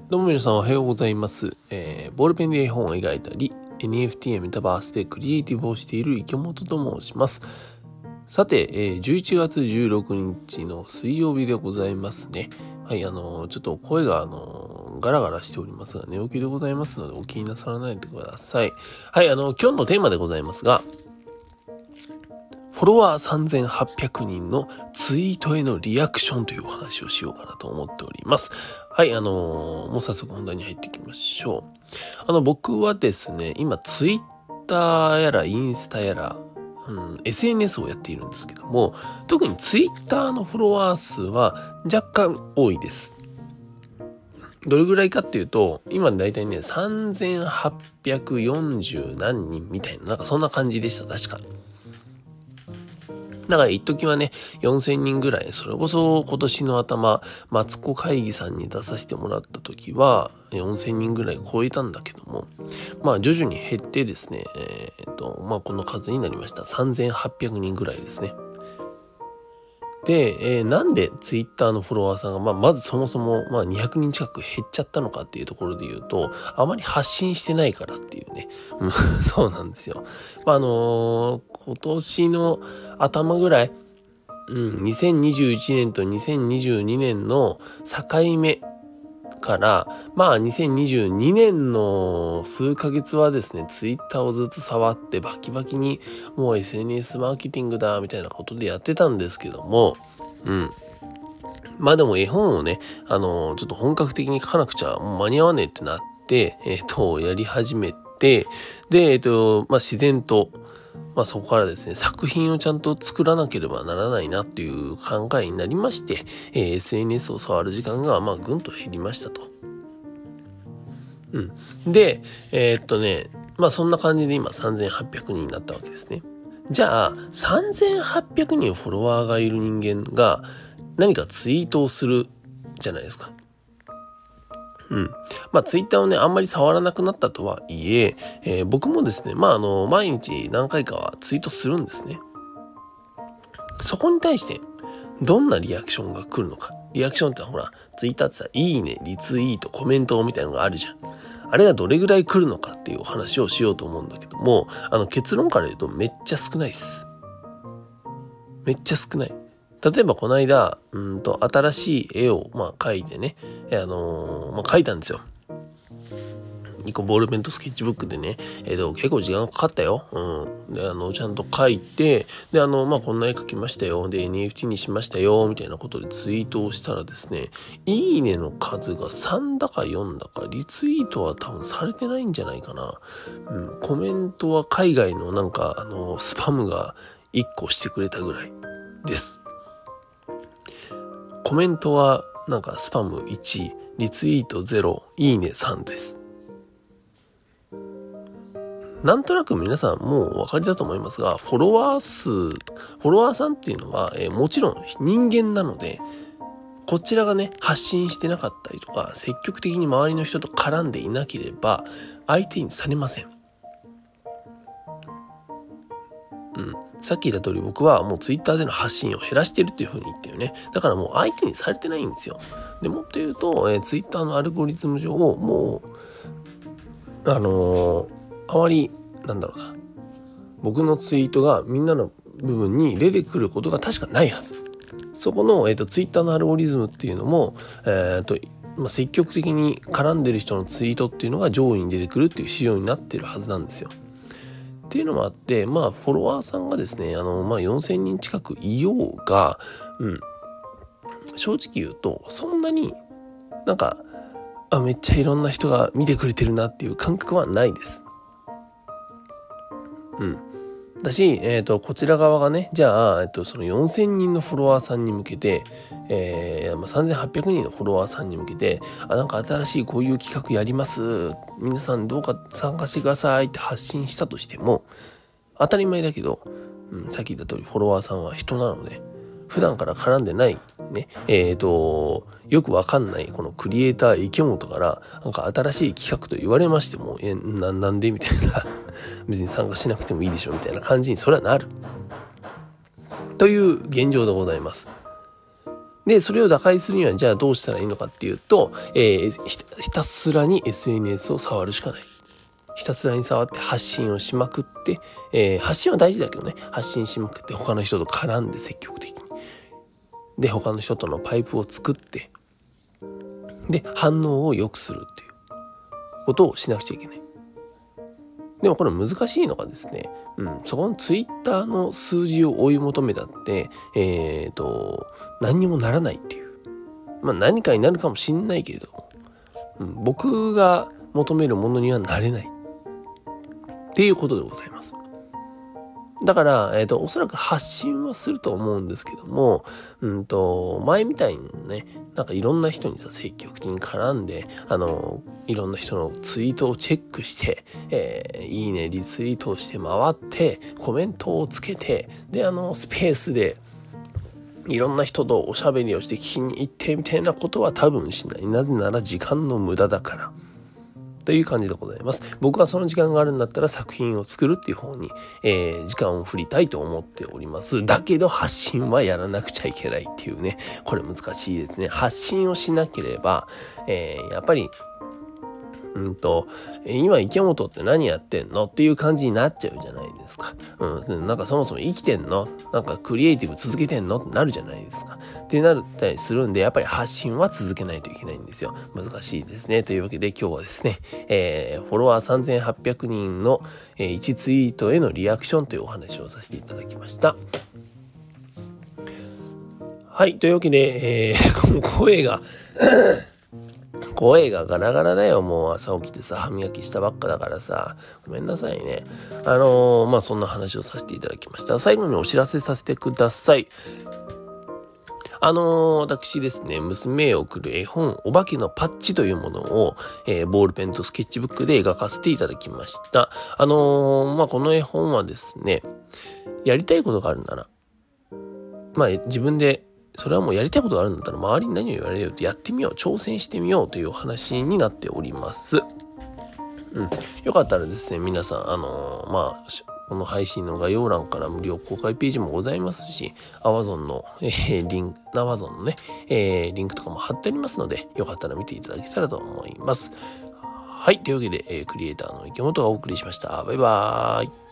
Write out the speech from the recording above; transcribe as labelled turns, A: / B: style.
A: どうも皆さんおはようございます。ボールペンで絵本を描いたり NFT やメタバースでクリエイティブをしている池本と申します。さて、11月16日の水曜日でございますね。はい、ちょっと声がガラガラしておりますが寝起きでございますのでお気になさらないでください。はい、今日のテーマでございますが、フォロワー3800人のツイートへのリアクションというお話をしようかなと思っております。はい、もう早速本題に入っていきましょう。僕はですね、今ツイッターやらインスタやら、SNS をやっているんですけども、特にツイッターのフォロワー数は若干多いです。どれぐらいかっていうと、今だいたいね、3840何人みたいな、なんかそんな感じでした、確か。だから一時はね、4000人ぐらい、それこそ今年の頭、マツコ会議さんに出させてもらった時は、4000人ぐらい超えたんだけども、徐々に減ってですね、この数になりました。3800人ぐらいですね。で、なんでツイッターのフォロワーさんが、まずそもそも、200人近く減っちゃったのかっていうところで言うと、あまり発信してないからっていうね。そうなんですよ。今年の頭ぐらい、2021年と2022年の境目から、2022年の数ヶ月はですね、ツイッターをずっと触ってバキバキにもう SNS マーケティングだみたいなことでやってたんですけども、でも絵本をね、ちょっと本格的に書かなくちゃもう間に合わねえってなって、やり始めて、で、自然と、そこからですね、作品をちゃんと作らなければならないなっていう考えになりまして、SNS を触る時間がぐんと減りましたと。で、そんな感じで今3800人になったわけですね。じゃあ、3800人フォロワーがいる人間が何かツイートをするじゃないですか。ツイッターをね、あんまり触らなくなったとはいえ、僕もですね、毎日何回かはツイートするんですね。そこに対して、どんなリアクションが来るのか。リアクションってほら、ツイッターってさ、いいね、リツイート、コメントみたいなのがあるじゃん。あれがどれぐらい来るのかっていうお話をしようと思うんだけども、結論から言うとめっちゃ少ないです。めっちゃ少ない。例えばこの間、新しい絵を、描いてね、描いたんですよ。一個ボールペンとスケッチブックでね、結構時間かかったよ。で、ちゃんと描いて、で、こんな絵描きましたよ。で、NFT にしましたよ。みたいなことでツイートをしたらですね、いいねの数が3だか4だか、リツイートは多分されてないんじゃないかな。コメントは海外のスパムが1個してくれたぐらいです。コメントはスパム1、リツイート0、いいね3です。なんとなく皆さんもうお分かりだと思いますが、フォロワーさんっていうのは、もちろん人間なので、こちらがね、発信してなかったりとか、積極的に周りの人と絡んでいなければ、相手にされません。さっき言った通り僕はもうツイッターでの発信を減らしてるっていう風に言ったよね。だからもう相手にされてないんですよ。でもっと言うと、ツイッターのアルゴリズム上、もう、あまり、僕のツイートがみんなの部分に出てくることが確かないはず。そこの、ツイッターのアルゴリズムっていうのも、積極的に絡んでる人のツイートっていうのが上位に出てくるっていう仕様になってるはずなんですよ。っていうのもあって、フォロワーさんがですね、4000人近くいようが、正直言うと、そんなにめっちゃいろんな人が見てくれてるなっていう感覚はないです。だし、こちら側がね、じゃあ、その4000人のフォロワーさんに向けて、3800人のフォロワーさんに向けて、新しいこういう企画やります。皆さんどうか参加してくださいって発信したとしても、当たり前だけど、さっき言った通りフォロワーさんは人なので、普段から絡んでないね、よくわかんないこのクリエイター池本から新しい企画と言われましてもなんでみたいな別に参加しなくてもいいでしょみたいな感じにそれはなるという現状でございます。 で、それを打開するにはじゃあどうしたらいいのかっていうと、ひたすらに SNS を触るしかない。ひたすらに触って発信をしまくって、発信は大事だけどね、発信しまくって他の人と絡んで積極的に。で、他の人とのパイプを作って、で、反応を良くするっていうことをしなくちゃいけない。でもこれ難しいのがですね、そこのツイッターの数字を追い求めたって、何にもならないっていう。何かになるかもしんないけれども、僕が求めるものにはなれないっていうことでございます。だから、おそらく発信はすると思うんですけども、前みたいにね、なんかいろんな人にさ、積極的に絡んで、いろんな人のツイートをチェックして、いいね、リツイートをして回って、コメントをつけて、で、スペースで、いろんな人とおしゃべりをして聞きに行ってみたいなことは多分しない。なぜなら時間の無駄だから。という感じでございます。僕はその時間があるんだったら作品を作るっていう方に、時間を振りたいと思っております。だけど発信はやらなくちゃいけないっていうね、これ難しいですね。発信をしなければ、やっぱり今池本って何やってんのっていう感じになっちゃうじゃないですか。なんかそもそも生きてんの？なんかクリエイティブ続けてんのってなるじゃないですか。ってなったりするんで、やっぱり発信は続けないといけないんですよ。難しいですね。というわけで今日はですね、フォロワー3800人の1ツイートへのリアクションというお話をさせていただきました。はい。というわけで、声がガラガラだよ。もう朝起きてさ、歯磨きしたばっかだからさ、ごめんなさいね。そんな話をさせていただきました。最後にお知らせさせてください。私ですね、娘へ送る絵本、お化けのパッチというものを、ボールペンとスケッチブックで描かせていただきました。この絵本はですね、やりたいことがあるなら、自分で、それはもうやりたいことがあるんだったら周りに何を言われようとやってみよう、挑戦してみようというお話になっております。よかったらですね、皆さん、この配信の概要欄から無料公開ページもございますし、Amazon の、Amazon のね、リンクとかも貼ってありますので、よかったら見ていただけたらと思います。はい、というわけで、クリエイターの池本がお送りしました。バイバーイ。